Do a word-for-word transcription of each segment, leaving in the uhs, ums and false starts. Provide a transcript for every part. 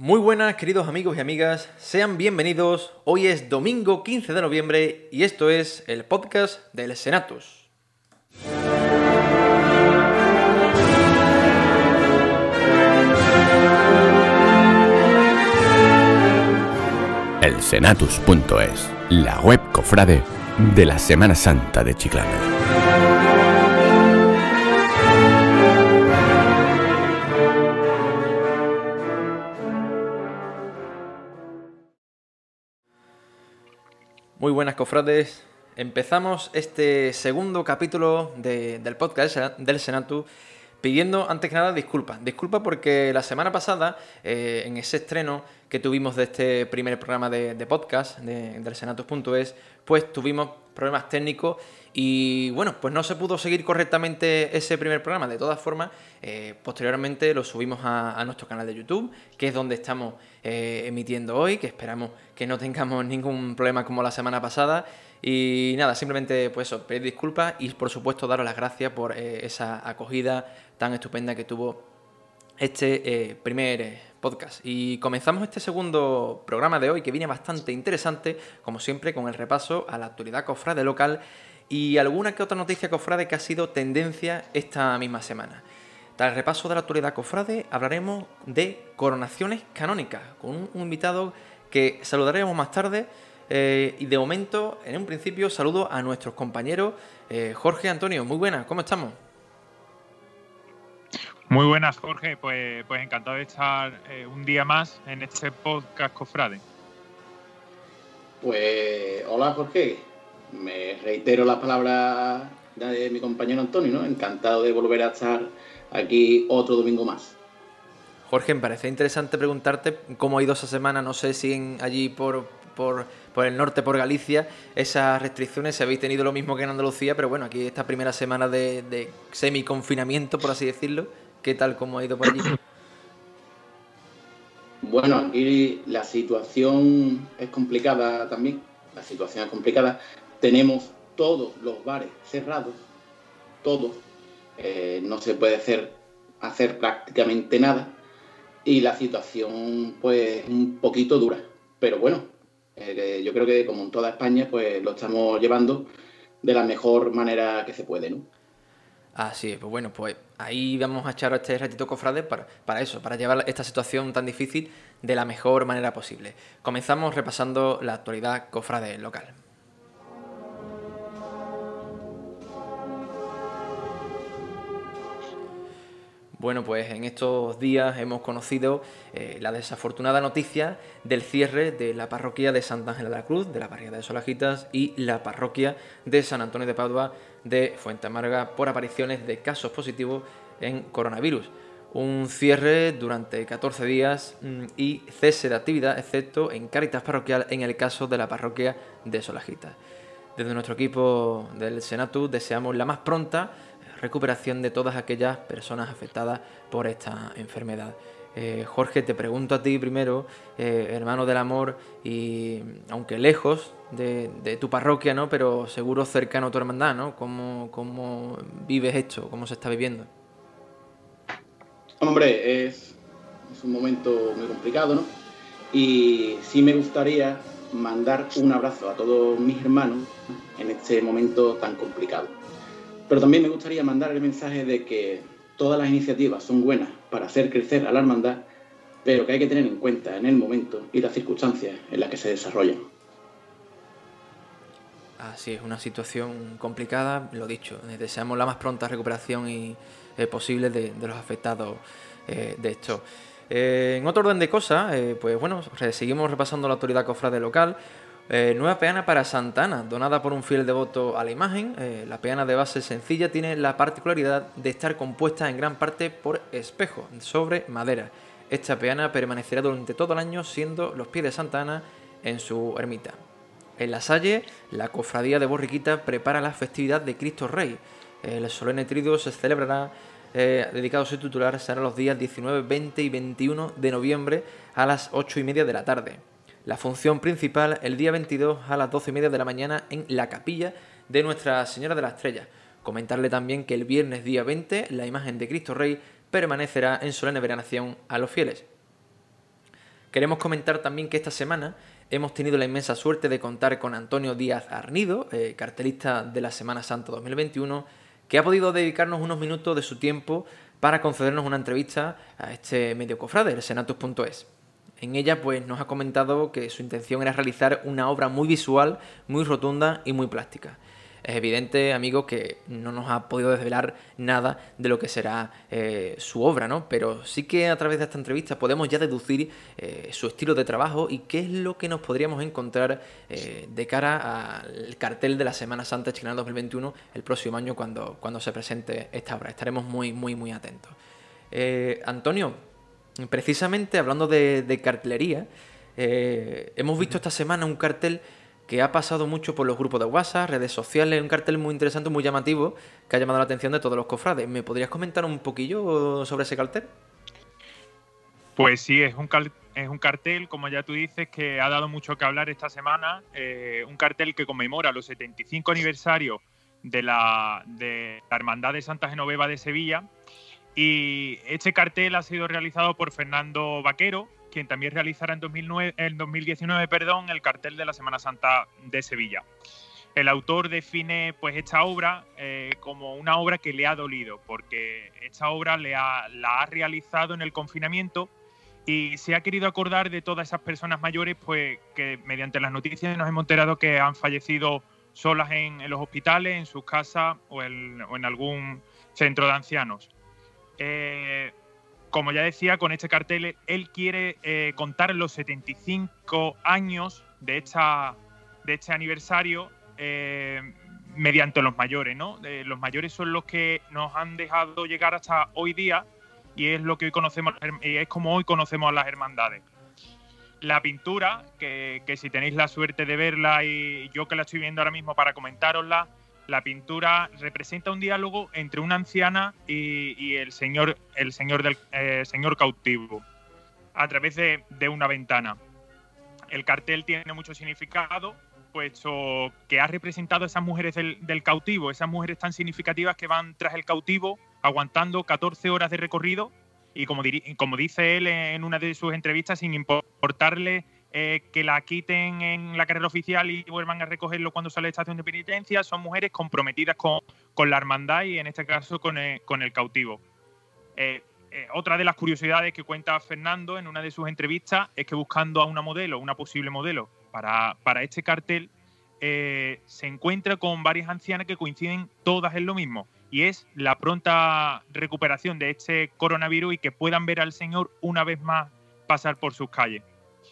Muy buenas, queridos amigos y amigas, sean bienvenidos. Hoy es domingo quince de noviembre y esto es el podcast del Senatus. El Senatus punto es, la web cofrade de la Semana Santa de Chiclana. Muy buenas, cofrades. Empezamos este segundo capítulo de, del podcast del Senatus pidiendo, antes que nada, disculpas. Disculpas porque la semana pasada, eh, en ese estreno que tuvimos de este primer programa de, de podcast de, del Senatus punto es, pues tuvimos problemas técnicos y, bueno, pues no se pudo seguir correctamente ese primer programa. De todas formas, eh, posteriormente lo subimos a, a nuestro canal de YouTube, que es donde estamos eh, emitiendo hoy, que esperamos que no tengamos ningún problema como la semana pasada. Y nada, simplemente pues eso, pedir disculpas y por supuesto daros las gracias por eh, esa acogida tan estupenda que tuvo este eh, primer eh, podcast. Y comenzamos este segundo programa de hoy, que viene bastante interesante, como siempre, con el repaso a la actualidad cofrade local y alguna que otra noticia cofrade que ha sido tendencia esta misma semana. Tras el repaso de la actualidad cofrade, hablaremos de coronaciones canónicas, con un, un invitado que saludaremos más tarde. Eh, y de momento, en un principio, saludo a nuestros compañeros. eh, Jorge, Antonio, muy buenas, ¿cómo estamos? Muy buenas, Jorge, pues, pues encantado de estar eh, un día más en este podcast cofrade. Pues hola, Jorge, me reitero las palabras de mi compañero Antonio, ¿no? Encantado de volver a estar aquí otro domingo más. Jorge, me parece interesante preguntarte cómo ha ido esa semana. No sé si en, allí por, por, por el norte, por Galicia, esas restricciones, si habéis tenido lo mismo que en Andalucía, pero bueno, aquí esta primera semana de, de semi-confinamiento, por así decirlo, ¿qué tal, cómo ha ido por allí? Bueno, aquí la situación es complicada también, la situación es complicada. Tenemos todos los bares cerrados, todos, eh, no se puede hacer, hacer prácticamente nada. Y la situación, pues, un poquito dura. Pero bueno, eh, yo creo que como en toda España, pues lo estamos llevando de la mejor manera que se puede, ¿no? Así es, pues bueno, pues ahí vamos a echar este ratito cofrade para, para eso, para llevar esta situación tan difícil de la mejor manera posible. Comenzamos repasando la actualidad cofrade local. Bueno, pues en estos días hemos conocido eh, la desafortunada noticia del cierre de la parroquia de Santa Ángela de la Cruz, de la barriada de Solajitas, y la parroquia de San Antonio de Padua de Fuenteamarga por apariciones de casos positivos en coronavirus. Un cierre durante catorce días mmm, y cese de actividad, excepto en Cáritas Parroquial en el caso de la parroquia de Solajitas. Desde nuestro equipo del Senatus deseamos la más pronta recuperación de todas aquellas personas afectadas por esta enfermedad. Eh, Jorge, te pregunto a ti primero, eh, hermano del amor, y aunque lejos de, de tu parroquia, ¿no?, pero seguro cercano a tu hermandad, ¿no? ¿Cómo, cómo vives esto? ¿Cómo se está viviendo? Hombre, es, es un momento muy complicado, ¿no? Y sí me gustaría mandar un abrazo a todos mis hermanos en este momento tan complicado. Pero también me gustaría mandar el mensaje de que todas las iniciativas son buenas para hacer crecer a la hermandad, pero que hay que tener en cuenta en el momento y las circunstancias en las que se desarrollan. Así es, una situación complicada, lo dicho, deseamos la más pronta recuperación y, eh, posible de, de los afectados eh, de esto. Eh, en otro orden de cosas, eh, pues bueno, seguimos repasando la actualidad cofrade local. Eh, nueva peana para Santa Ana, donada por un fiel devoto a la imagen. Eh, la peana de base sencilla tiene la particularidad de estar compuesta en gran parte por espejo sobre madera. Esta peana permanecerá durante todo el año siendo los pies de Santa Ana en su ermita. En La Salle, la cofradía de Borriquita prepara la festividad de Cristo Rey. El solemne triduo se celebrará, eh, dedicado a su titular, será los días diecinueve, veinte y veintiuno de noviembre a las ocho y media de la tarde. La función principal el día veintidós a las doce y media de la mañana en la capilla de Nuestra Señora de la Estrella. Comentarle también que el viernes día veinte la imagen de Cristo Rey permanecerá en solemne veneración a los fieles. Queremos comentar también que esta semana hemos tenido la inmensa suerte de contar con Antonio Díaz Arnido, eh, cartelista de la Semana Santa dos mil veintiuno, que ha podido dedicarnos unos minutos de su tiempo para concedernos una entrevista a este medio cofrade, el senatus punto es. En ella pues, nos ha comentado que su intención era realizar una obra muy visual, muy rotunda y muy plástica. Es evidente, amigos, que no nos ha podido desvelar nada de lo que será eh, su obra, ¿no? Pero sí que a través de esta entrevista podemos ya deducir eh, su estilo de trabajo y qué es lo que nos podríamos encontrar eh, de cara al cartel de la Semana Santa Chiclana dos mil veintiuno el próximo año cuando, cuando se presente esta obra. Estaremos muy, muy, muy atentos. Eh, Antonio, precisamente hablando de, de cartelería, eh, hemos visto esta semana un cartel que ha pasado mucho por los grupos de WhatsApp, redes sociales, un cartel muy interesante, muy llamativo, que ha llamado la atención de todos los cofrades. ¿Me podrías comentar un poquillo sobre ese cartel? Pues sí, es un, cal- es un cartel, como ya tú dices, que ha dado mucho que hablar esta semana. Eh, un cartel que conmemora los setenta y cinco aniversarios de la, de la Hermandad de Santa Genoveva de Sevilla. Y este cartel ha sido realizado por Fernando Vaquero, quien también realizará en, dos mil nueve, en dos mil diecinueve perdón, el cartel de la Semana Santa de Sevilla. El autor define pues, esta obra eh, como una obra que le ha dolido, porque esta obra le ha, la ha realizado en el confinamiento y se ha querido acordar de todas esas personas mayores pues, que mediante las noticias nos hemos enterado que han fallecido solas en, en los hospitales, en sus casas o, el, o en algún centro de ancianos. Eh, Como ya decía, con este cartel él quiere eh, contar los setenta y cinco años de, esta, de este aniversario eh, mediante los mayores, ¿no? Eh, los mayores son los que nos han dejado llegar hasta hoy día y es lo que hoy conocemos, es como hoy conocemos a las hermandades. La pintura, que, que si tenéis la suerte de verla y yo que la estoy viendo ahora mismo para comentárosla, la pintura representa un diálogo entre una anciana y, y el señor, el señor del eh, señor cautivo, a través de, de una ventana. El cartel tiene mucho significado, puesto que ha representado a esas mujeres del, del cautivo, esas mujeres tan significativas que van tras el cautivo, aguantando catorce horas de recorrido, y como, diri- como dice él en una de sus entrevistas, sin importarle Eh, que la quiten en la carrera oficial y vuelvan a recogerlo cuando sale de estación de penitencia, son mujeres comprometidas con, con la hermandad y en este caso con el, con el cautivo. Eh, eh, otra de las curiosidades que cuenta Fernando en una de sus entrevistas es que buscando a una modelo, una posible modelo para, para este cartel, eh, se encuentra con varias ancianas que coinciden todas en lo mismo, y es la pronta recuperación de este coronavirus y que puedan ver al Señor una vez más pasar por sus calles.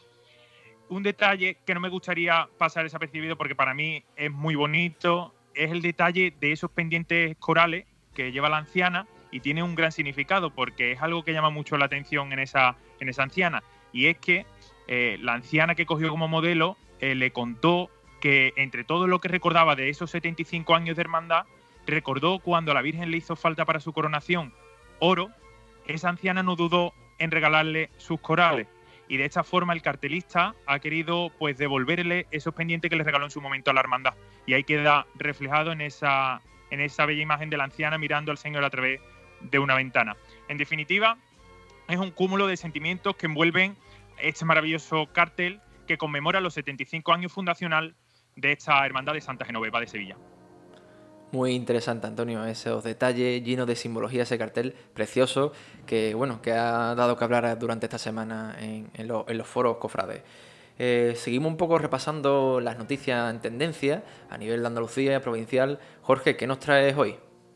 Un detalle que no me gustaría pasar desapercibido porque para mí es muy bonito es el detalle de esos pendientes corales que lleva la anciana y tiene un gran significado porque es algo que llama mucho la atención en esa, en esa anciana, y es que eh, la anciana que cogió como modelo eh, le contó que entre todo lo que recordaba de esos setenta y cinco años de hermandad, recordó cuando a la Virgen le hizo falta para su coronación oro, esa anciana no dudó en regalarle sus corales. Y de esta forma el cartelista ha querido pues devolverle esos pendientes que le regaló en su momento a la hermandad. Y ahí queda reflejado en esa, en esa bella imagen de la anciana mirando al Señor a través de una ventana. En definitiva, es un cúmulo de sentimientos que envuelven este maravilloso cartel que conmemora los setenta y cinco años fundacional de esta Hermandad de Santa Genoveva de Sevilla. Muy interesante, Antonio, esos detalles llenos de simbología, ese cartel precioso que, bueno, que ha dado que hablar durante esta semana en, en, lo, en los foros cofrades. Eh, seguimos un poco repasando las noticias en tendencia a nivel de Andalucía, provincial. Jorge, ¿qué nos traes hoy?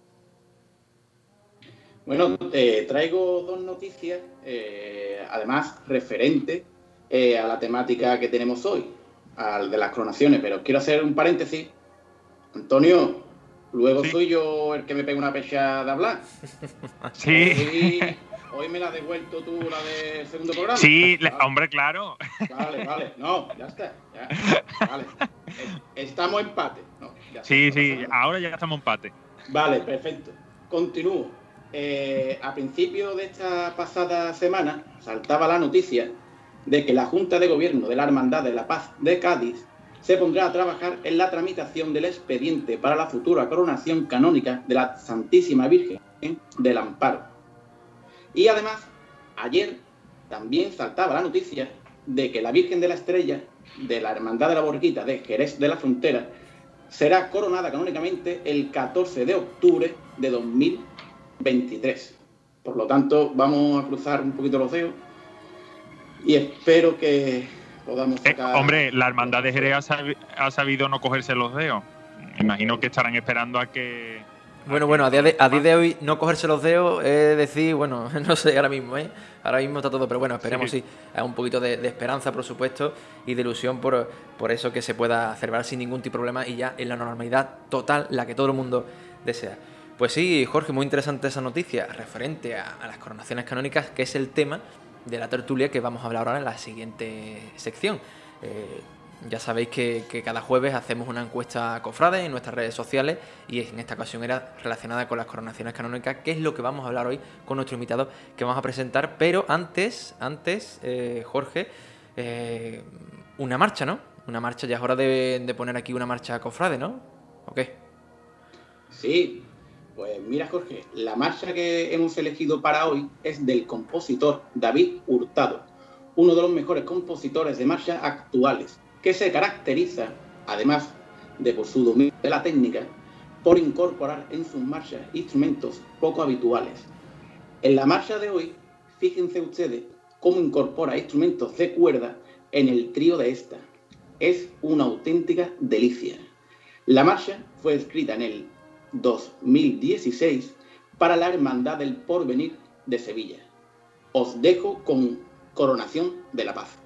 Bueno, eh, traigo dos noticias, eh, además referentes eh, a la temática que tenemos hoy, al de las coronaciones, pero quiero hacer un paréntesis. Antonio, luego sí. Soy yo el que me pega una pecha de hablar. Sí. Hoy, hoy me la has devuelto tú, la del segundo programa. Sí, vale. Hombre, claro. Vale, vale. No, ya está. Ya. Vale. Estamos empate. No, ya sí, está, sí, ahora ya estamos empate. Vale, perfecto. Continúo. Eh, a principio de esta pasada semana saltaba la noticia de que la Junta de Gobierno de la Hermandad de la Paz de Cádiz se pondrá a trabajar en la tramitación del expediente para la futura coronación canónica de la Santísima Virgen del Amparo. Y además, ayer también saltaba la noticia de que la Virgen de la Estrella de la Hermandad de la Borriquita de Jerez de la Frontera será coronada canónicamente el catorce de octubre de dos mil veintitrés. Por lo tanto, vamos a cruzar un poquito los dedos y espero que podamos sacar... Eh, hombre, la Hermandad de Jerez ha, sabi ha sabido no cogerse los dedos. Me imagino que estarán esperando a que... Bueno, bueno, a día, de, a día de hoy no cogerse los dedos es decir, bueno, no sé, ahora mismo, ¿eh? Ahora mismo está todo, pero bueno, esperemos sí, sí un poquito de, de esperanza, por supuesto, y de ilusión por, por eso que se pueda celebrar sin ningún tipo de problema y ya en la normalidad total, la que todo el mundo desea. Pues sí, Jorge, muy interesante esa noticia referente a, a las coronaciones canónicas, que es el tema de la tertulia que vamos a hablar ahora en la siguiente sección. Eh, Ya sabéis que, que cada jueves hacemos una encuesta cofrade en nuestras redes sociales y en esta ocasión era relacionada con las coronaciones canónicas, que es lo que vamos a hablar hoy con nuestro invitado que vamos a presentar. Pero antes, antes eh, Jorge, eh, una marcha, ¿no? Una marcha, ya es hora de, de poner aquí una marcha cofrade, ¿no? ¿O qué? Sí, pues mira, Jorge, la marcha que hemos elegido para hoy es del compositor David Hurtado, uno de los mejores compositores de marcha actuales, que se caracteriza, además de por su dominio de la técnica, por incorporar en sus marchas instrumentos poco habituales. En la marcha de hoy, fíjense ustedes cómo incorpora instrumentos de cuerda en el trío de esta. Es una auténtica delicia. La marcha fue escrita en el dos mil dieciséis para la Hermandad del Porvenir de Sevilla. Os dejo con Coronación de la Paz.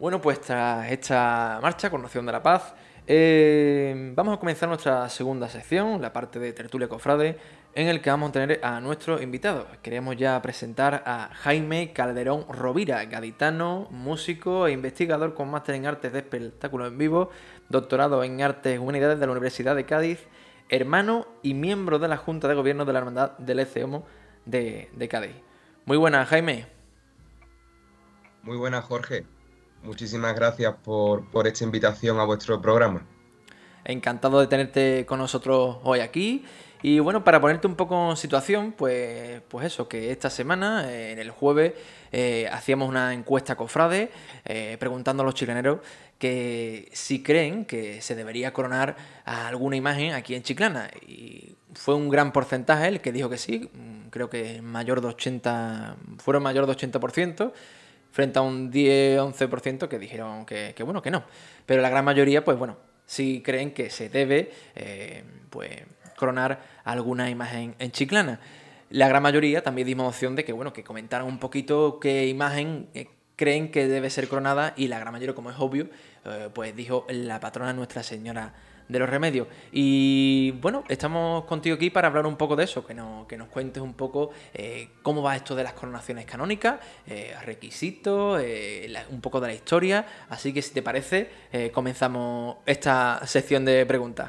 Bueno, pues tras esta marcha, Coronación de la Paz, eh, vamos a comenzar nuestra segunda sección, la parte de Tertulia Cofrade, en el que vamos a tener a nuestros invitados. Queremos ya presentar a Jaime Calderón Rovira, gaditano, músico e investigador con máster en Artes de Espectáculo en Vivo, doctorado en Artes y Humanidades de la Universidad de Cádiz, hermano y miembro de la Junta de Gobierno de la Hermandad del ECEOMO de, de Cádiz. Muy buenas, Jaime. Muy buenas, Jorge. Muchísimas gracias por, por esta invitación a vuestro programa. Encantado de tenerte con nosotros hoy aquí. Y bueno, para ponerte un poco en situación, pues, pues eso, que esta semana, eh, en el jueves, eh, hacíamos una encuesta cofrade eh, preguntando a los chileneros que si creen que se debería coronar a alguna imagen aquí en Chiclana. Y fue un gran porcentaje el que dijo que sí, creo que mayor de ochenta, fueron mayor de ochenta por ciento. Frente a un diez a once por ciento que dijeron que, que bueno, que no. Pero la gran mayoría, pues bueno, sí creen que se debe eh, pues coronar alguna imagen en Chiclana. La gran mayoría también dimos opción de que, bueno, que comentaran un poquito qué imagen eh, creen que debe ser coronada, y la gran mayoría, como es obvio, eh, pues dijo la patrona Nuestra Señora de los Remedios. Y bueno, estamos contigo aquí para hablar un poco de eso, que nos, que nos cuentes un poco eh, cómo va esto de las coronaciones canónicas, eh, requisitos, eh, la, un poco de la historia. Así que si te parece, eh, comenzamos esta sección de preguntas.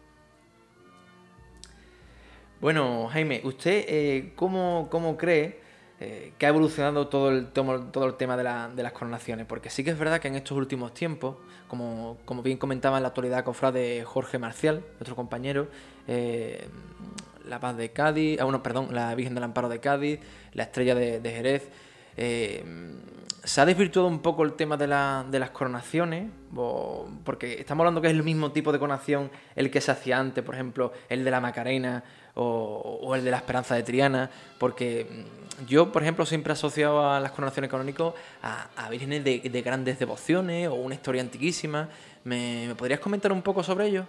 Bueno, Jaime, ¿usted eh, cómo, cómo cree eh, que ha evolucionado todo el, todo el tema de, la, de las coronaciones? Porque sí que es verdad que en estos últimos tiempos, como, como bien comentaba en la actualidad cofrade Jorge Marcial, nuestro compañero, eh, la Paz de Cádiz, ah, bueno, perdón, la Virgen del Amparo de Cádiz, la Estrella de, de Jerez, eh, se ha desvirtuado un poco el tema de, la, de las coronaciones, o, porque estamos hablando que es el mismo tipo de coronación el que se hacía antes, por ejemplo, el de la Macarena o, o el de la Esperanza de Triana, porque yo, por ejemplo, siempre he asociado a las coronaciones canónicas a, a vírgenes de, de grandes devociones o una historia antiquísima. ¿Me, ¿Me podrías comentar un poco sobre ello?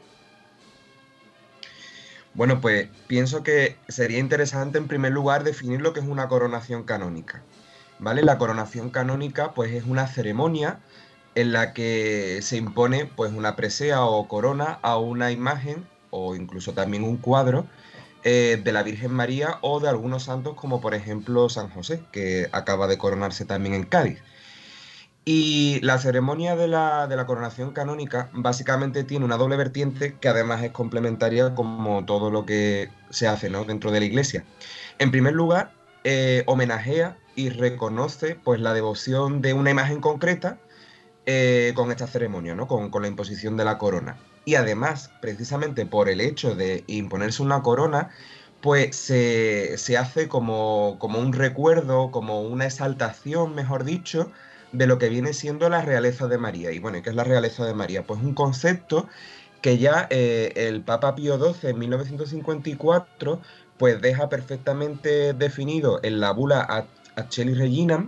Bueno, pues pienso que sería interesante en primer lugar definir lo que es una coronación canónica, ¿vale? La coronación canónica pues es una ceremonia en la que se impone pues una presea o corona a una imagen o incluso también un cuadro eh, de la Virgen María o de algunos santos, como por ejemplo San José, que acaba de coronarse también en Cádiz. Y la ceremonia de la, de la coronación canónica básicamente tiene una doble vertiente que además es complementaria como todo lo que se hace, ¿no?, dentro de la Iglesia. En primer lugar, eh, homenajea y reconoce pues la devoción de una imagen concreta eh, con esta ceremonia, ¿no?, con, con la imposición de la corona. Y además, precisamente por el hecho de imponerse una corona, pues se, se hace como, como un recuerdo, como una exaltación, mejor dicho, de lo que viene siendo la realeza de María. Y bueno, ¿qué es la realeza de María? Pues un concepto que ya eh, el Papa Pío doce en mil novecientos cincuenta y cuatro pues deja perfectamente definido en la bula Acelli Reginam,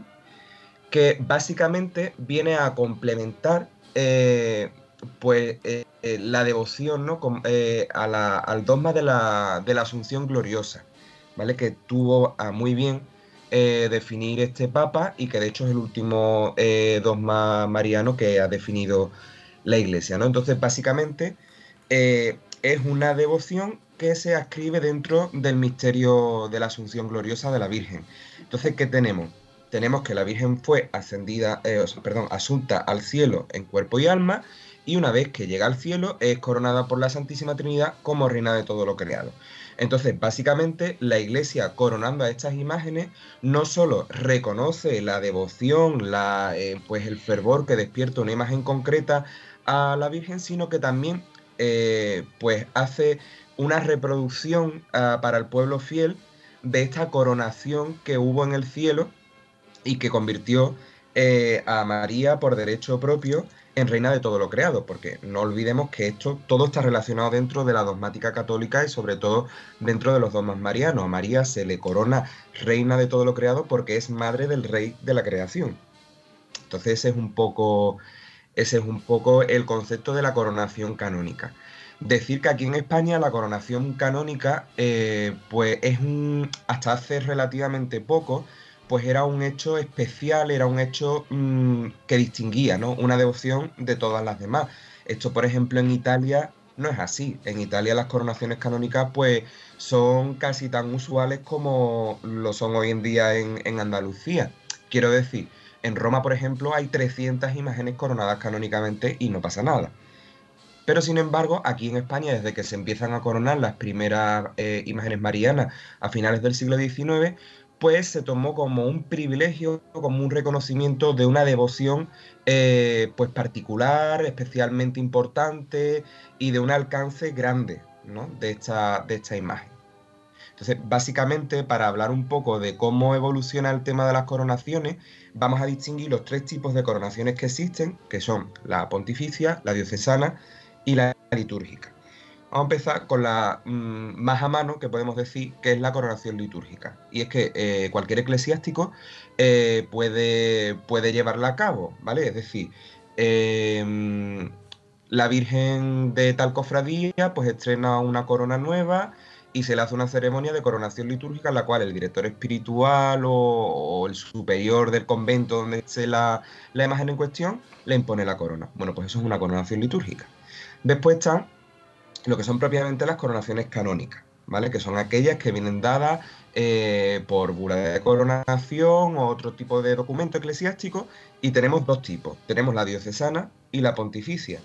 que básicamente viene a complementar eh, pues eh, eh, la devoción, ¿no?, Con, eh, a la, al dogma de la, de la Asunción Gloriosa, ¿vale?, que tuvo a muy bien Eh, definir este papa y que de hecho es el último eh, dogma mariano que ha definido la Iglesia, ¿no? Entonces básicamente eh, es una devoción que se adscribe dentro del misterio de la Asunción Gloriosa de la Virgen. Entonces, ¿qué tenemos? Tenemos que la Virgen fue ascendida, eh, perdón, asunta al cielo en cuerpo y alma, y una vez que llega al cielo es coronada por la Santísima Trinidad como reina de todo lo creado. Entonces, básicamente, la Iglesia, coronando a estas imágenes, no solo reconoce la devoción, la, eh, pues el fervor que despierta una imagen concreta a la Virgen, sino que también eh, pues hace una reproducción uh, para el pueblo fiel de esta coronación que hubo en el cielo y que convirtió eh, a María por derecho propio en reina de todo lo creado, porque no olvidemos que esto todo está relacionado dentro de la dogmática católica y sobre todo dentro de los dogmas marianos. A María se le corona reina de todo lo creado porque es madre del rey de la creación. Entonces ese es un poco, ese es un poco el concepto de la coronación canónica. Decir que aquí en España la coronación canónica eh, pues es un, hasta hace relativamente poco pues era un hecho especial, era un hecho mmm, que distinguía, ¿no? Una devoción de todas las demás. Esto, por ejemplo, en Italia no es así. En Italia las coronaciones canónicas pues son casi tan usuales como lo son hoy en día en, en Andalucía. Quiero decir, en Roma, por ejemplo, hay trescientas imágenes coronadas canónicamente y no pasa nada. Pero sin embargo, aquí en España, desde que se empiezan a coronar las primeras eh, imágenes marianas a finales del siglo diecinueve, pues se tomó como un privilegio, como un reconocimiento de una devoción eh, pues particular, especialmente importante y de un alcance grande, ¿no? de, esta, de esta imagen. Entonces, básicamente, para hablar un poco de cómo evoluciona el tema de las coronaciones, vamos a distinguir los tres tipos de coronaciones que existen, que son la pontificia, la diocesana y la litúrgica. Vamos a empezar con la mmm, más a mano, que podemos decir que es la coronación litúrgica. Y es que eh, cualquier eclesiástico eh, puede, puede llevarla a cabo, ¿vale? Es decir, eh, la Virgen de tal cofradía pues estrena una corona nueva y se le hace una ceremonia de coronación litúrgica en la cual el director espiritual o, o el superior del convento donde esté la, la imagen en cuestión le impone la corona. Bueno, pues eso es una coronación litúrgica. Después están lo que son propiamente las coronaciones canónicas, ¿vale? Que son aquellas que vienen dadas eh, por bula de coronación o otro tipo de documento eclesiástico, y tenemos dos tipos, tenemos la diocesana y la pontificia.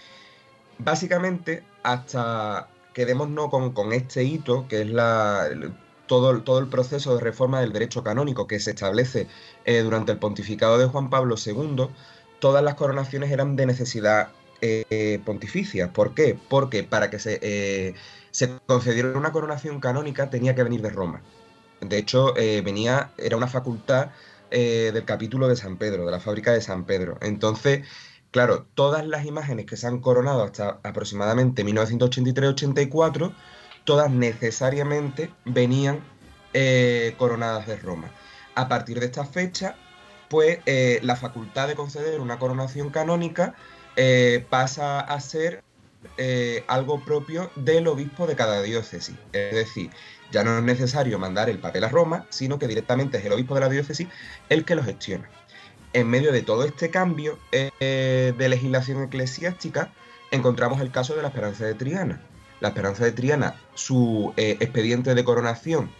Básicamente, hasta quedémonos con, con este hito, que es la, el, todo, todo el proceso de reforma del derecho canónico que se establece eh, durante el pontificado de Juan Pablo segundo, todas las coronaciones eran de necesidad Eh, pontificias. ¿Por qué? Porque para que se, eh, se concediera una coronación canónica tenía que venir de Roma. De hecho, eh, venía, era una facultad eh, del capítulo de San Pedro, de la fábrica de San Pedro. Entonces, claro, todas las imágenes que se han coronado hasta aproximadamente mil novecientos ochenta y tres ochenta y cuatro, todas necesariamente venían eh, coronadas de Roma. A partir de esta fecha, pues eh, la facultad de conceder una coronación canónica Eh, pasa a ser eh, algo propio del obispo de cada diócesis. Es decir, ya no es necesario mandar el papel a Roma, sino que directamente es el obispo de la diócesis el que lo gestiona. En medio de todo este cambio eh, de legislación eclesiástica, encontramos el caso de la Esperanza de Triana. La Esperanza de Triana, su eh, expediente de coronación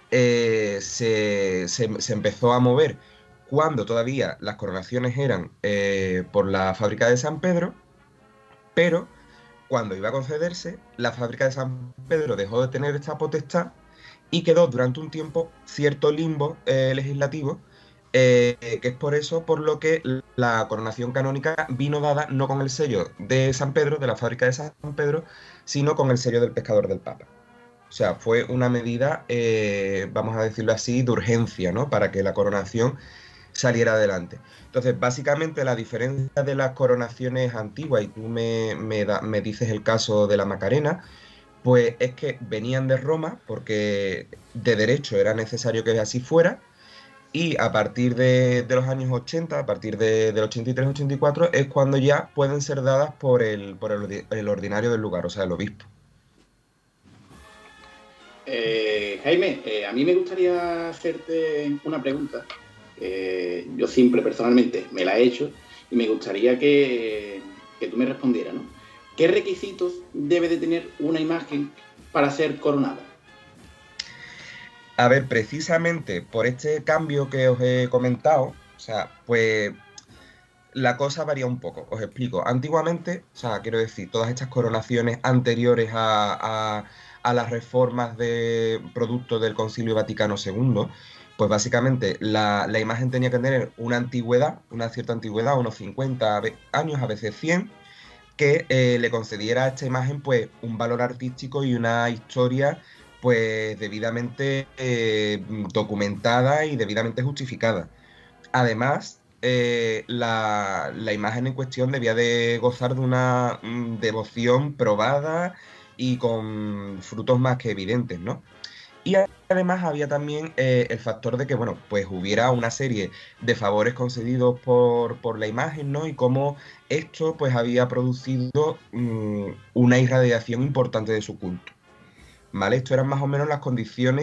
eh, se, se, se empezó a mover cuando todavía las coronaciones eran eh, por la fábrica de San Pedro, pero cuando iba a concederse, la fábrica de San Pedro dejó de tener esta potestad y quedó durante un tiempo cierto limbo eh, legislativo, eh, que es por eso por lo que la coronación canónica vino dada no con el sello de San Pedro, de la fábrica de San Pedro, sino con el sello del pescador del Papa. O sea, fue una medida, eh, vamos a decirlo así, de urgencia, ¿no? Para que la coronación saliera adelante. Entonces, básicamente la diferencia de las coronaciones antiguas, y tú me, me, da, me dices el caso de la Macarena, pues es que venían de Roma, porque de derecho era necesario que así fuera, y a partir de, de los años ochenta, a partir de, del ochenta y tres ochenta y cuatro, es cuando ya pueden ser dadas por el, por el, el ordinario del lugar, o sea, el obispo. Eh, Jaime, eh, a mí me gustaría hacerte una pregunta. Eh, yo siempre personalmente me la he hecho y me gustaría que, que tú me respondieras, ¿no? ¿Qué requisitos debe de tener una imagen para ser coronada? A ver, precisamente por este cambio que os he comentado, o sea, pues la cosa varía un poco. Os explico. Antiguamente, o sea, quiero decir, todas estas coronaciones anteriores a, a, a las reformas de producto del Concilio Vaticano segundo, pues básicamente la, la imagen tenía que tener una antigüedad, una cierta antigüedad, unos cincuenta años, a veces cien, que eh, le concediera a esta imagen pues un valor artístico y una historia pues debidamente eh, documentada y debidamente justificada. Además, eh, la, la imagen en cuestión debía de gozar de una mm, devoción probada y con frutos más que evidentes, ¿no? Y además había también eh, el factor de que, bueno, pues hubiera una serie de favores concedidos por, por la imagen, ¿no? Y cómo esto, pues, había producido mmm, una irradiación importante de su culto, ¿vale? Esto eran más o menos las condiciones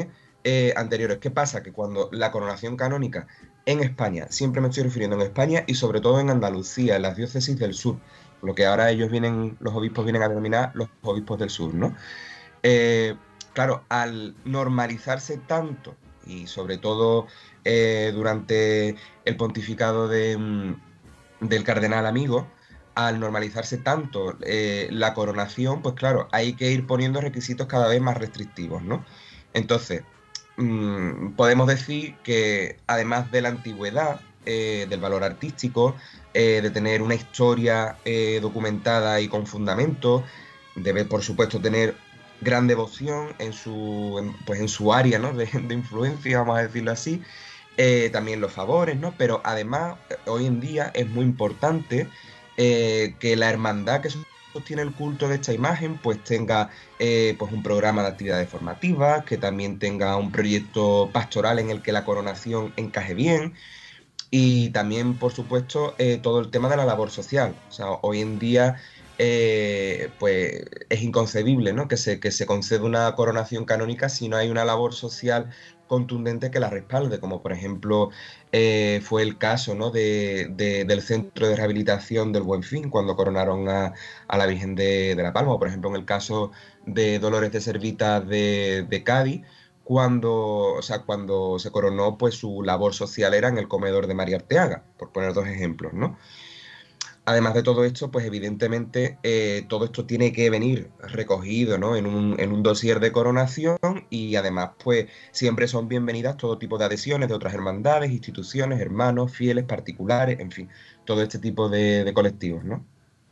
eh, anteriores. ¿Qué pasa? Que cuando la coronación canónica en España, siempre me estoy refiriendo en España y sobre todo en Andalucía, en las diócesis del sur, lo que ahora ellos vienen, los obispos vienen a denominar los obispos del sur, ¿no? Eh, claro, al normalizarse tanto, y sobre todo eh, durante el pontificado de, mm, del cardenal Amigo, al normalizarse tanto eh, la coronación, pues claro, hay que ir poniendo requisitos cada vez más restrictivos, ¿no? Entonces, mmm, podemos decir que además de la antigüedad, eh, del valor artístico, eh, de tener una historia eh, documentada y con fundamento, debe por supuesto tener gran devoción en su, en, pues en su área, ¿no? de, de influencia, vamos a decirlo así, eh, también los favores, ¿no? Pero además, hoy en día es muy importante eh, que la hermandad que sostiene el culto de esta imagen, pues tenga eh, pues un programa de actividades formativas, que también tenga un proyecto pastoral en el que la coronación encaje bien, y también, por supuesto, eh, todo el tema de la labor social. O sea, hoy en día eh, pues es inconcebible, ¿no? que, se, que se conceda una coronación canónica si no hay una labor social contundente que la respalde, como por ejemplo eh, fue el caso, ¿no? de, de, del Centro de Rehabilitación del Buen Fin, cuando coronaron a, a la Virgen de, de la Palma, o por ejemplo en el caso de Dolores de Servitas de, de Cádiz, cuando, o sea, cuando se coronó, pues su labor social era en el comedor de María Arteaga, por poner dos ejemplos, ¿no? Además de todo esto, pues evidentemente eh, todo esto tiene que venir recogido, ¿no? en, un, en un dossier de coronación, y además pues siempre son bienvenidas todo tipo de adhesiones de otras hermandades, instituciones, hermanos, fieles, particulares, en fin, todo este tipo de, de colectivos, ¿no?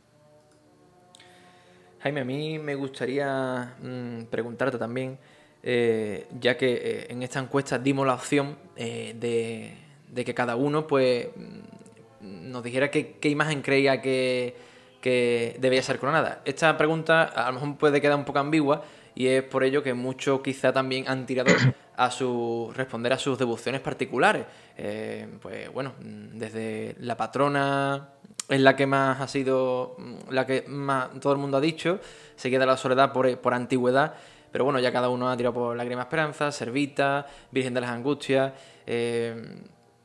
Jaime, a mí me gustaría mmm, preguntarte también, eh, ya que eh, en esta encuesta dimos la opción eh, de, de que cada uno pues nos dijera qué, qué imagen creía que, que debía ser coronada. Esta pregunta a lo mejor puede quedar un poco ambigua y es por ello que muchos quizá también han tirado a su responder a sus devociones particulares. Eh, pues bueno, desde la patrona es la que más ha sido, la que más todo el mundo ha dicho, se queda la Soledad por, por antigüedad, pero bueno, ya cada uno ha tirado por Lágrima Esperanza, Servita, Virgen de las Angustias. Eh,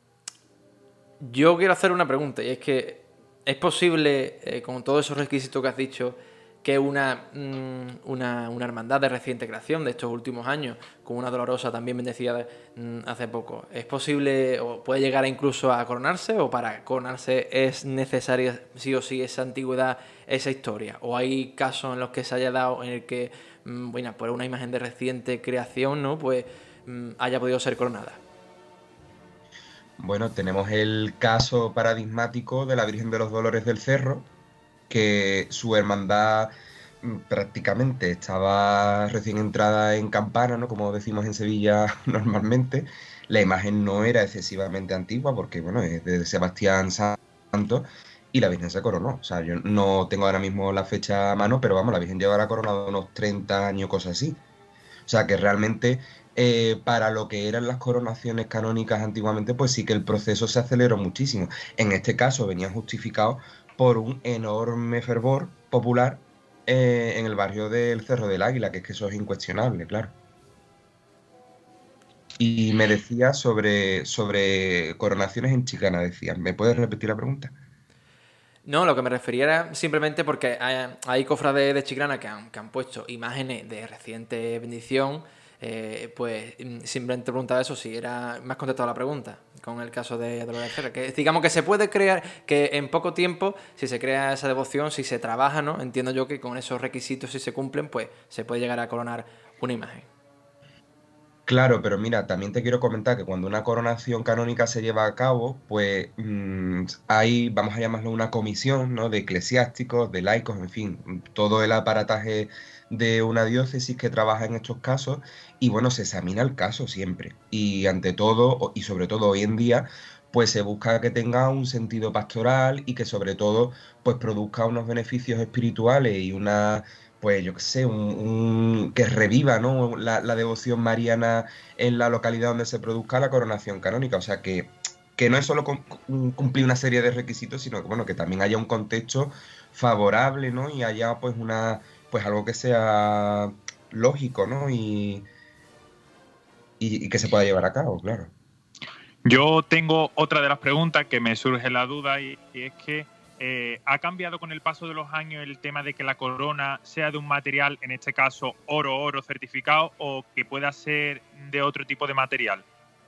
Yo quiero hacer una pregunta, y es que ¿es posible, eh, con todos esos requisitos que has dicho, que una, mmm, una, una hermandad de reciente creación de estos últimos años, con una dolorosa también bendecida de, mmm, hace poco, ¿es posible o puede llegar incluso a coronarse, o para coronarse es necesaria sí o sí esa antigüedad, esa historia? ¿O hay casos en los que se haya dado en el que, mmm, bueno, pues una imagen de reciente creación, ¿no? pues mmm, haya podido ser coronada? Bueno, tenemos el caso paradigmático de la Virgen de los Dolores del Cerro, que su hermandad prácticamente estaba recién entrada en campana, ¿no? Como decimos en Sevilla normalmente. La imagen no era excesivamente antigua porque, bueno, es de Sebastián Santos, y la Virgen se coronó. O sea, yo no tengo ahora mismo la fecha a mano, pero vamos, la Virgen llevará coronado unos treinta años, cosas así. O sea, que realmente eh, para lo que eran las coronaciones canónicas antiguamente, pues sí que el proceso se aceleró muchísimo. En este caso venía justificado por un enorme fervor popular eh, en el barrio del Cerro del Águila, que es que eso es incuestionable, claro. Y me decía sobre, sobre coronaciones en Chiclana, decía. ¿Me puedes repetir la pregunta? No, lo que me refería era simplemente porque hay, hay cofrades de Chiclana que han, que han puesto imágenes de reciente bendición, eh, pues simplemente preguntaba eso, si era más contestado a la pregunta con el caso de Dolores Cerro, que digamos que se puede crear, que en poco tiempo, si se crea esa devoción, si se trabaja, ¿no? Entiendo yo que con esos requisitos, si se cumplen, pues se puede llegar a coronar una imagen. Claro, pero mira, también te quiero comentar que cuando una coronación canónica se lleva a cabo, pues mmm, hay, vamos a llamarlo una comisión, ¿no? De eclesiásticos, de laicos, en fin, todo el aparataje de una diócesis que trabaja en estos casos, y bueno, se examina el caso siempre. Y ante todo, y sobre todo hoy en día, pues se busca que tenga un sentido pastoral y que sobre todo, pues produzca unos beneficios espirituales y una, pues yo qué sé, un, un, que reviva, ¿no? la, la devoción mariana en la localidad donde se produzca la coronación canónica. O sea, que, que no es solo cumplir una serie de requisitos, sino que, bueno, que también haya un contexto favorable, ¿no? Y haya pues una, pues algo que sea lógico, ¿no? Y, y, y que se pueda llevar a cabo, claro. Yo tengo otra de las preguntas que me surge la duda y, y es que eh, ¿ha cambiado con el paso de los años el tema de que la corona sea de un material, en este caso oro, oro certificado, o que pueda ser de otro tipo de material?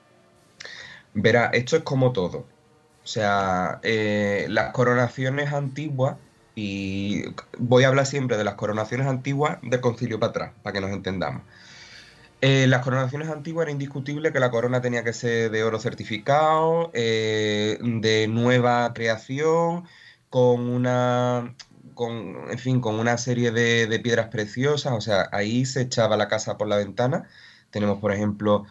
Verá, esto es como todo. O sea, eh, las coronaciones antiguas, y voy a hablar siempre de las coronaciones antiguas del concilio para atrás, para que nos entendamos. Eh, las coronaciones antiguas era indiscutible que la corona tenía que ser de oro certificado, eh, de nueva creación, con una, con, en fin, con una serie de, de piedras preciosas. O sea, ahí se echaba la casa por la ventana. Tenemos, por ejemplo,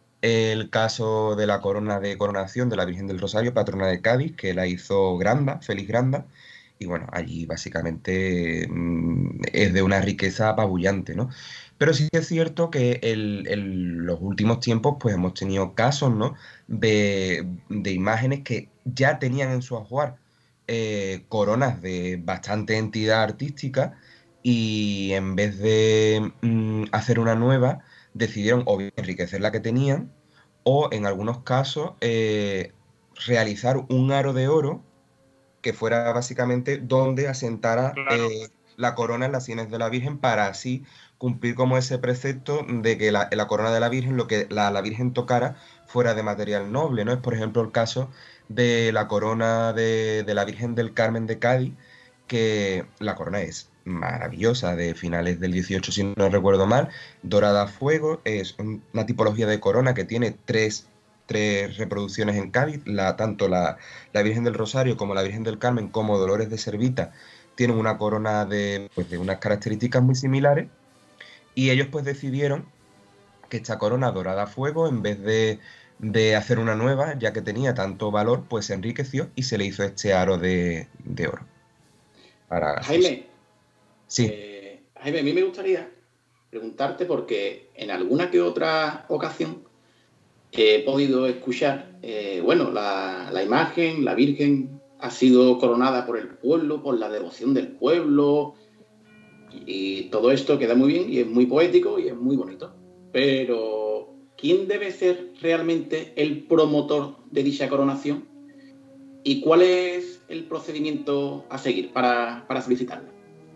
el caso de la corona de coronación de la Virgen del Rosario, patrona de Cádiz, que la hizo Granda, Félix Granda. Y bueno, allí básicamente mm, es de una riqueza apabullante, ¿no? Pero sí es cierto que en los últimos tiempos pues hemos tenido casos, ¿no? de, de imágenes que ya tenían en su ajuar eh, coronas de bastante entidad artística y en vez de mm, hacer una nueva, decidieron o bien enriquecer la que tenían o en algunos casos eh, realizar un aro de oro que fuera básicamente donde asentara Claro, eh, la corona en las sienes de la Virgen para así cumplir como ese precepto de que la, la corona de la Virgen, lo que la, la Virgen tocara, fuera de material noble, ¿no? Es por ejemplo el caso de la corona de, de la Virgen del Carmen de Cádiz, que la corona es maravillosa, de finales del dieciocho, si no recuerdo mal, dorada a fuego, es una tipología de corona que tiene tres, tres reproducciones en Cádiz, la, tanto la, la Virgen del Rosario como la Virgen del Carmen como Dolores de Servita tienen una corona de, pues, de unas características muy similares y ellos pues decidieron que esta corona dorada a fuego, en vez de, de hacer una nueva, ya que tenía tanto valor, pues se enriqueció y se le hizo este aro de, de oro. Para, Jaime, sí. eh, Jaime, a mí me gustaría preguntarte porque en alguna que otra ocasión he podido escuchar, eh, bueno, la, la imagen, la Virgen ha sido coronada por el pueblo, por la devoción del pueblo, y, y todo esto queda muy bien y es muy poético y es muy bonito. Pero, ¿quién debe ser realmente el promotor de dicha coronación? ¿Y cuál es el procedimiento a seguir para, para solicitarla?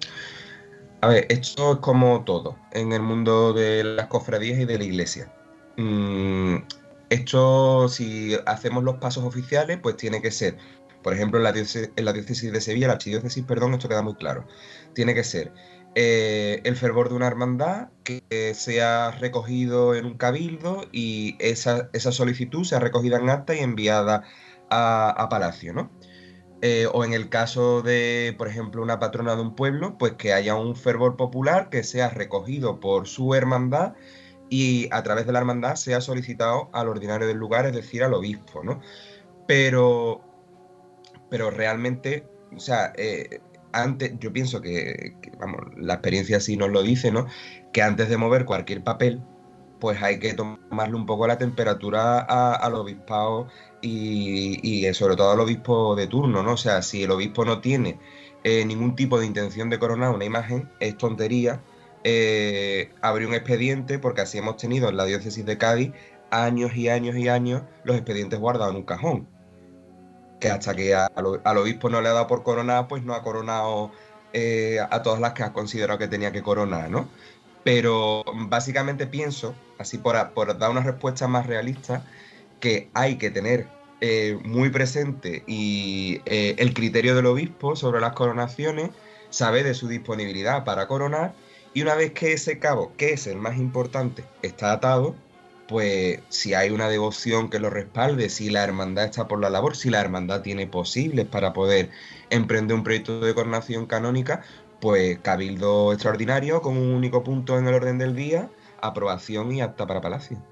A ver, esto es como todo en el mundo de las cofradías y de la iglesia. Mm, esto, si hacemos los pasos oficiales, pues tiene que ser, por ejemplo, en la diócesis, en la diócesis de Sevilla, la archidiócesis, perdón, esto queda muy claro. Tiene que ser eh, el fervor de una hermandad que sea recogido en un cabildo y esa, esa solicitud sea recogida en acta y enviada a, a Palacio, ¿no? Eh, o en el caso de, por ejemplo, una patrona de un pueblo, pues que haya un fervor popular que sea recogido por su hermandad y a través de la hermandad sea solicitado al ordinario del lugar, es decir, al obispo, ¿no? Pero, pero realmente, o sea, eh, antes, yo pienso que, que, vamos, la experiencia sí nos lo dice, ¿no? Que antes de mover cualquier papel, pues hay que tomarle un poco la temperatura a, al obispado y, y sobre todo al obispo de turno, ¿no? O sea, si el obispo no tiene eh, ningún tipo de intención de coronar una imagen, es tontería eh, abrir un expediente, porque así hemos tenido en la diócesis de Cádiz años y años y años los expedientes guardados en un cajón, que hasta que a, al, al obispo no le ha dado por coronar, pues no ha coronado eh, a todas las que ha considerado que tenía que coronar, ¿no? Pero básicamente pienso, así por, por dar una respuesta más realista, que hay que tener eh, muy presente y eh, el criterio del obispo sobre las coronaciones, saber de su disponibilidad para coronar, y una vez que ese cabo, que es el más importante, está atado, pues si hay una devoción que lo respalde, si la hermandad está por la labor, si la hermandad tiene posibles para poder emprender un proyecto de coronación canónica, pues cabildo extraordinario con un único punto en el orden del día, aprobación y acta para Palacio.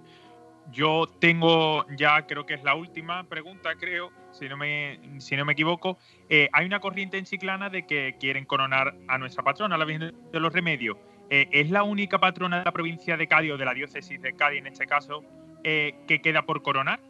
Yo tengo ya, creo que es la última pregunta, creo, si no me, si no me equivoco. Eh, hay una corriente en Chiclana de que quieren coronar a nuestra patrona, la Virgen de los Remedios. Eh, ¿Es la única patrona de la provincia de Cádiz, o de la diócesis de Cádiz en este caso, eh, que queda por coronar?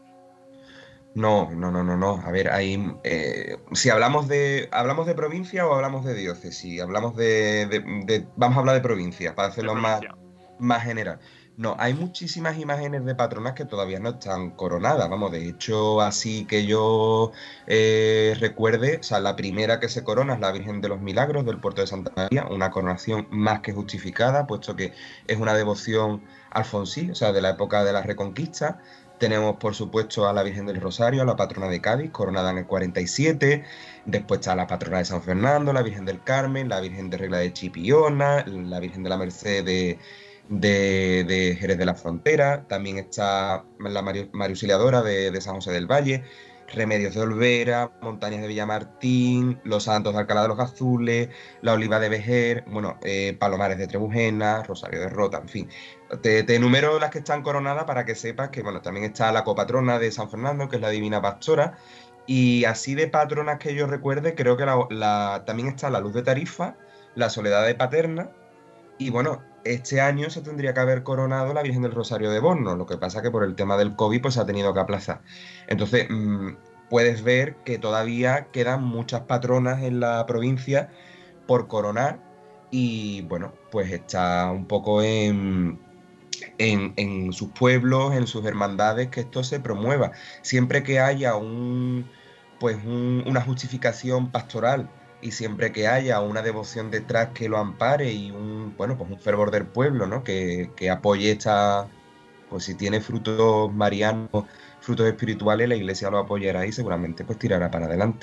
No, no, no, no, no. A ver, hay, eh, si hablamos de, ¿hablamos de provincia o hablamos de diócesis? Hablamos de, de, de- vamos a hablar de provincia, para De hacerlo más, provincia. más general. No, hay muchísimas imágenes de patronas que todavía no están coronadas, vamos, de hecho, así que yo eh, recuerde, o sea, la primera que se corona es la Virgen de los Milagros del Puerto de Santa María, una coronación más que justificada, puesto que es una devoción alfonsí, o sea, de la época de la Reconquista. Tenemos, por supuesto, a la Virgen del Rosario, a la patrona de Cádiz, coronada en el cuarenta y siete. Después está la patrona de San Fernando, la Virgen del Carmen, la Virgen de Regla de Chipiona, la Virgen de la Merced de, de, de Jerez de la Frontera. También está la María Auxiliadora de, de San José del Valle, Remedios de Olvera, Montañas de Villamartín, Los Santos de Alcalá de los Azules, la Oliva de Vejer, bueno, eh, Palomares de Trebujena, Rosario de Rota, en fin. Te, te enumero las que están coronadas para que sepas que, bueno, también está la copatrona de San Fernando, que es la Divina Pastora, y así de patronas que yo recuerde, creo que la, la, también está la Luz de Tarifa, la Soledad de Paterna, y bueno, este año se tendría que haber coronado la Virgen del Rosario de Borno, lo que pasa que por el tema del COVID pues se ha tenido que aplazar. Entonces, mmm, puedes ver que todavía quedan muchas patronas en la provincia por coronar, y bueno, pues está un poco en... En, en sus pueblos, en sus hermandades, que esto se promueva. Siempre que haya un, pues un, una justificación pastoral y siempre que haya una devoción detrás que lo ampare y un, bueno, pues un fervor del pueblo, ¿no? que, que apoye esta, pues si tiene frutos marianos, frutos espirituales, la Iglesia lo apoyará y seguramente pues tirará para adelante.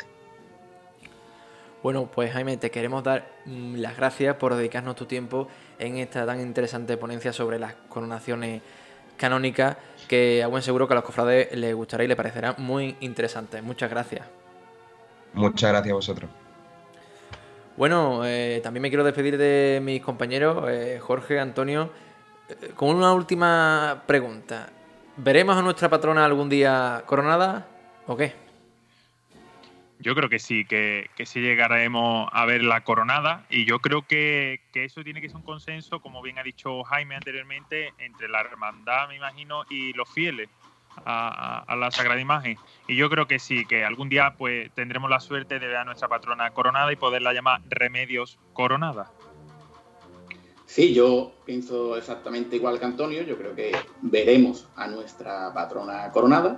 Bueno, pues Jaime, te queremos dar mmm, las gracias por dedicarnos tu tiempo en esta tan interesante ponencia sobre las coronaciones canónicas, que a buen seguro que a los cofrades les gustará y les parecerá muy interesante. Muchas gracias. Muchas gracias a vosotros. Bueno, eh, también me quiero despedir de mis compañeros, eh, Jorge, Antonio, eh, con una última pregunta. ¿Veremos a nuestra patrona algún día coronada o qué? Yo creo que sí, que, que sí llegaremos a ver la coronada, y yo creo que, que eso tiene que ser un consenso, como bien ha dicho Jaime anteriormente, entre la hermandad, me imagino, y los fieles a, a, a la Sagrada Imagen. Y yo creo que sí, que algún día pues tendremos la suerte de ver a nuestra patrona coronada y poderla llamar Remedios Coronada. Sí, yo pienso exactamente igual que Antonio. Yo creo que veremos a nuestra patrona coronada,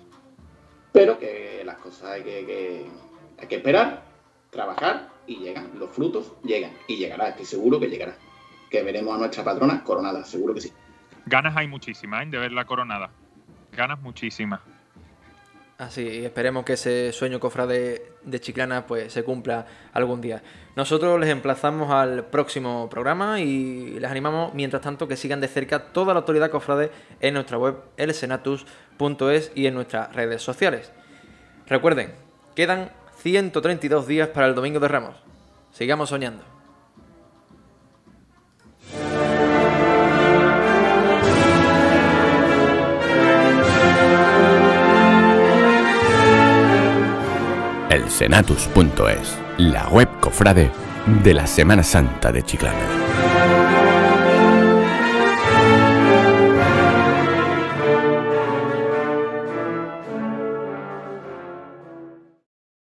pero que las cosas hay que, que, hay que esperar, trabajar y llegan. Los frutos llegan y llegará, estoy seguro que llegará. Que veremos a nuestra patrona coronada, seguro que sí. Ganas hay muchísimas, ¿eh?, de verla coronada. Ganas muchísimas. Así, y esperemos que ese sueño cofrade de Chiclana pues se cumpla algún día. Nosotros les emplazamos al próximo programa y les animamos, mientras tanto, que sigan de cerca toda la actualidad cofrade en nuestra web el senatus punto es y en nuestras redes sociales. Recuerden, quedan ciento treinta y dos días para el Domingo de Ramos. Sigamos soñando. el senatus punto es, la web cofrade de la Semana Santa de Chiclana.